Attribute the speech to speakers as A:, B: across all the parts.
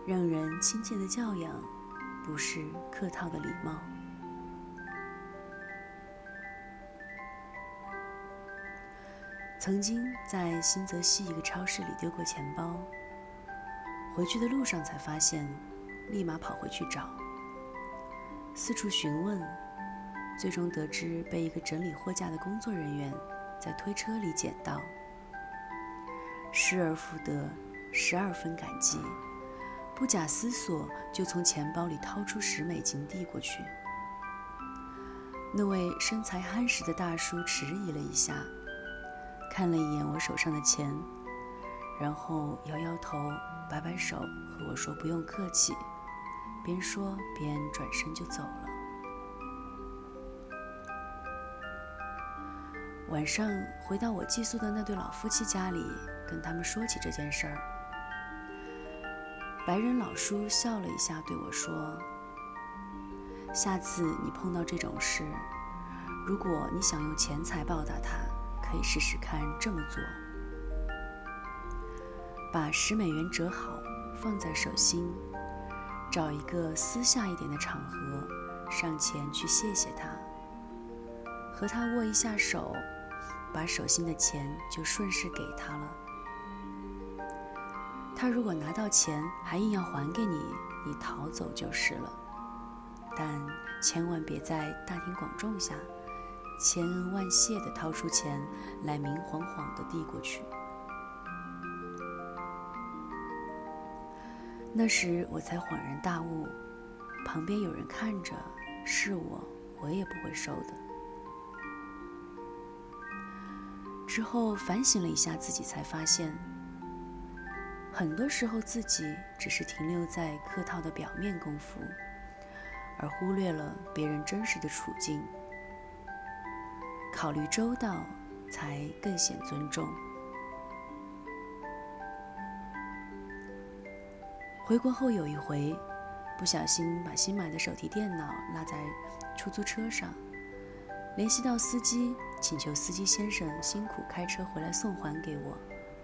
A: 让人亲切的教养，不是客套的礼貌。曾经在新泽西一个超市里丢过钱包，回去的路上才发现，立马跑回去找，四处询问，最终得知被一个整理货架的工作人员在推车里捡到。失而复得，12分感激，不假思索就从钱包里掏出$10递过去。那位身材憨实的大叔迟疑了一下，看了一眼我手上的钱，然后摇摇头，摆摆手，和我说不用客气，边说边转身就走了。晚上回到我寄宿的那对老夫妻家里，跟他们说起这件事儿。白人老叔笑了一下，对我说：下次你碰到这种事，如果你想用钱财报答他，可以试试看这么做：把$10折好，放在手心，找一个私下一点的场合，上前去谢谢他，和他握一下手，把手心的钱就顺势给他了。他如果拿到钱还硬要还给你，你逃走就是了。但千万别在大庭广众下千恩万谢地掏出钱来，明晃晃地递过去。那时我才恍然大悟，旁边有人看着，是我也不会收的。之后反省了一下自己，才发现很多时候自己只是停留在客套的表面功夫，而忽略了别人真实的处境。考虑周到，才更显尊重。回国后有一回，不小心把新买的手提电脑落在出租车上，联系到司机，请求司机先生辛苦开车回来送还给我。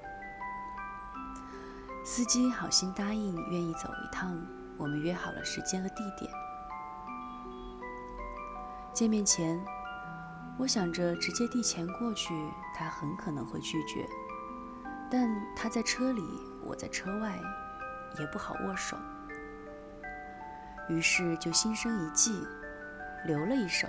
A: 司机好心答应愿意走一趟，我们约好了时间和地点。见面前，我想着直接递钱过去，他很可能会拒绝，但他在车里，我在车外，也不好握手。于是就心生一计，留了一手，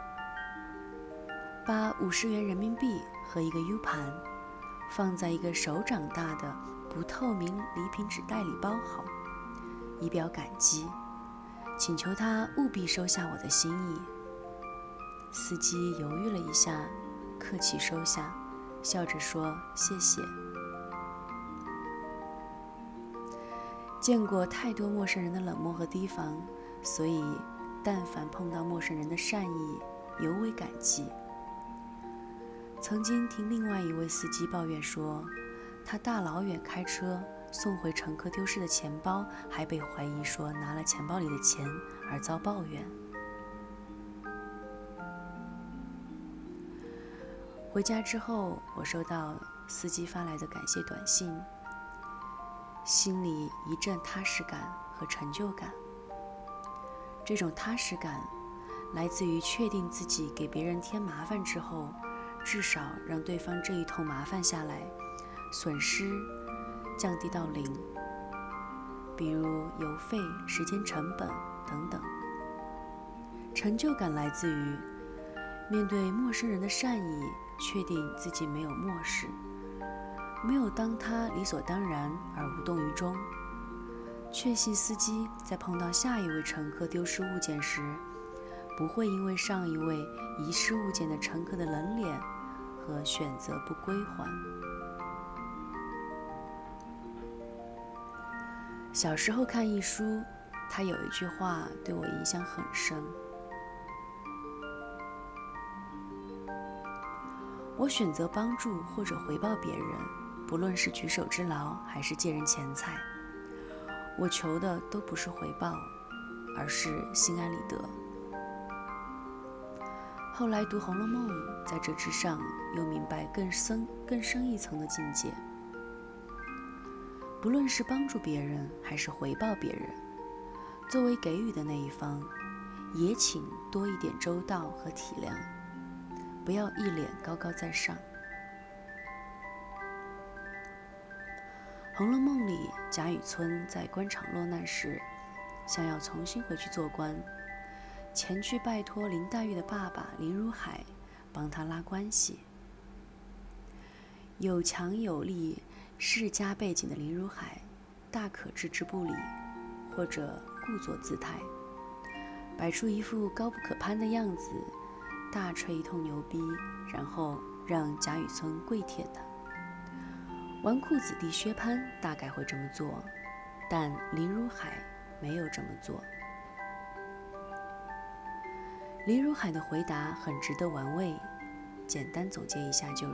A: 把50元人民币和一个 U 盘放在一个手掌大的不透明礼品纸袋里包好，以表感激，请求他务必收下我的心意。司机犹豫了一下，客气收下，笑着说谢谢。见过太多陌生人的冷漠和提防，所以但凡碰到陌生人的善意，尤为感激。曾经听另外一位司机抱怨说，他大老远开车送回乘客丢失的钱包，还被怀疑说拿了钱包里的钱而遭抱怨。回家之后，我收到司机发来的感谢短信，心里一阵踏实感和成就感。这种踏实感来自于确定自己给别人添麻烦之后，至少让对方这一通麻烦下来，损失降低到0，比如邮费、时间成本等等。成就感来自于面对陌生人的善意，确定自己没有漠视，没有当他理所当然而无动于衷，确信司机在碰到下一位乘客丢失物件时，不会因为上一位遗失物件的乘客的冷脸和选择不归还。小时候看一书，他有一句话对我影响很深：我选择帮助或者回报别人，不论是举手之劳还是借人钱财，我求的都不是回报，而是心安理得。后来读《红楼梦》，在这之上又明白更深一层的境界。 不论是帮助别人还是回报别人，作为给予的那一方，也请多一点周到和体谅，不要一脸高高在上。《红楼梦》里，贾雨村在官场落难时，想要重新回去做官，前去拜托林黛玉的爸爸林如海帮他拉关系。有强有力、世家背景的林如海，大可置之不理，或者故作姿态，摆出一副高不可攀的样子，大吹一通牛逼，然后让贾雨村跪舔他。纨绔子弟薛蟠大概会这么做，但林如海没有这么做。林如海的回答很值得玩味，简单总结一下就是：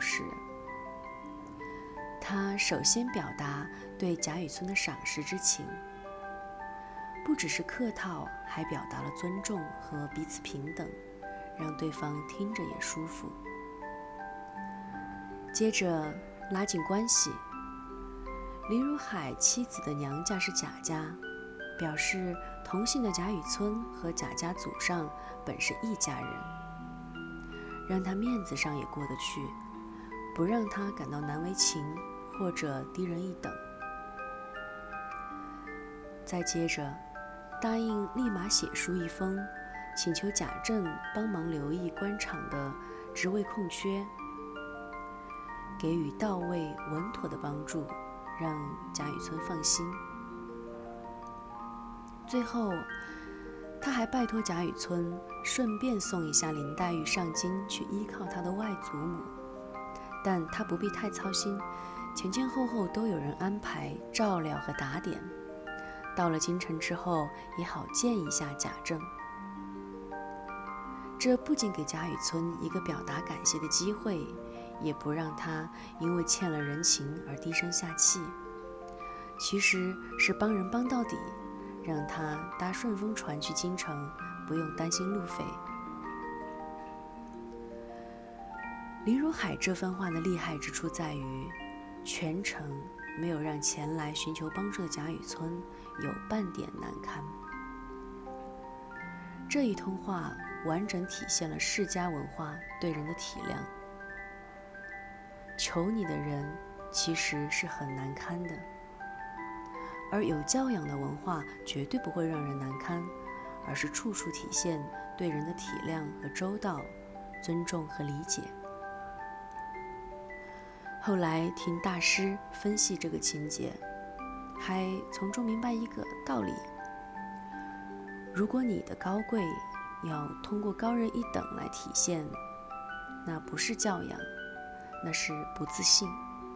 A: 他首先表达对贾雨村的赏识之情，不只是客套，还表达了尊重和彼此平等，让对方听着也舒服。接着拉近关系，林如海妻子的娘家是贾家，表示同姓的贾雨村和贾家祖上本是一家人，让他面子上也过得去，不让他感到难为情或者低人一等。再接着答应立马写书一封，请求贾政帮忙留意官场的职位空缺，给予到位稳妥的帮助，让贾雨村放心。最后他还拜托贾雨村顺便送一下林黛玉上京去依靠他的外祖母，但他不必太操心，前前后后都有人安排照料和打点，到了京城之后也好见一下贾政。这不仅给贾雨村一个表达感谢的机会，也不让他因为欠了人情而低声下气，其实是帮人帮到底，让他搭顺风船去京城，不用担心路费。林如海这番话的厉害之处在于，全程没有让前来寻求帮助的贾雨村有半点难堪。这一通话完整体现了世家文化对人的体谅。求你的人其实是很难堪的，而有教养的文化绝对不会让人难堪，而是处处体现对人的体谅和周到、尊重和理解。后来听大师分析这个情节，还从中明白一个道理：如果你的高贵要通过高人一等来体现，那不是教养，那是不自信。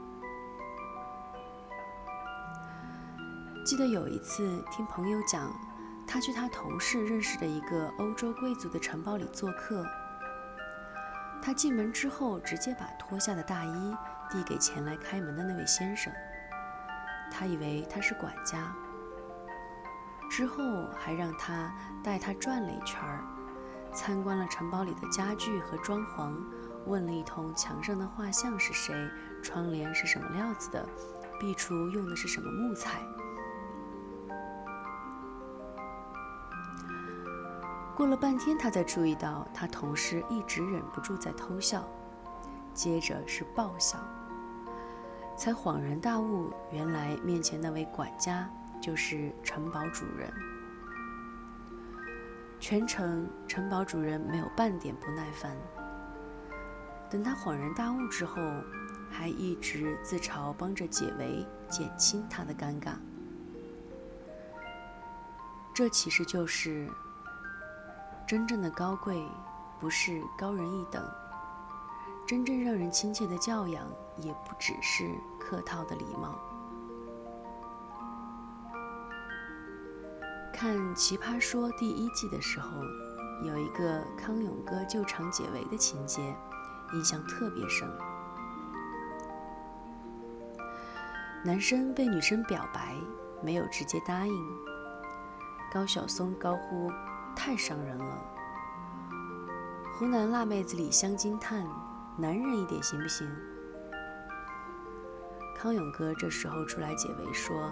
A: 记得有一次听朋友讲，他去他同事认识的一个欧洲贵族的城堡里做客，他进门之后直接把脱下的大衣递给前来开门的那位先生，他以为他是管家，之后还让他带他转了一圈，参观了城堡里的家具和装潢，问了一通墙上的画像是谁，窗帘是什么料子的，壁橱用的是什么木材。过了半天，他才注意到他同事一直忍不住在偷笑，接着是爆笑，才恍然大悟，原来面前那位管家就是城堡主人。全程城堡主人没有半点不耐烦，等他恍然大悟之后，还一直自嘲帮着解围，减轻他的尴尬。这其实就是真正的高贵，不是高人一等，真正让人亲切的教养，也不只是客套的礼貌。看《奇葩说》第1季的时候，有一个康永哥救场解围的情节，印象特别深。男生被女生表白，没有直接答应，高晓松高呼太伤人了，湖南辣妹子李香惊叹男人一点行不行？ 康永哥这时候出来解围说，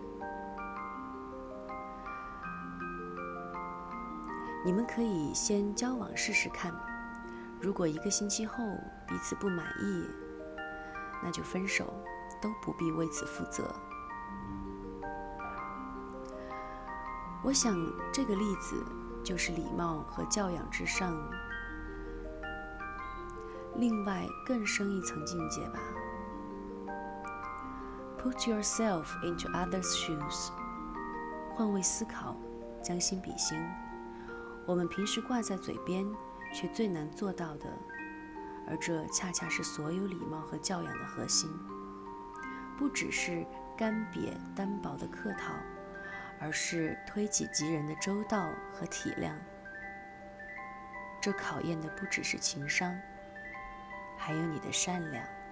A: 你们可以先交往试试看，如果1个星期后彼此不满意，那就分手，都不必为此负责。我想这个例子就是礼貌和教养之上另外更深一层境界吧。Put yourself into others' shoes， 换位思考，将心比心，我们平时挂在嘴边却最难做到的，而这恰恰是所有礼貌和教养的核心。不只是干瘪单薄的客套，而是推己及人的周到和体谅。这考验的不只是情商，还有你的善良。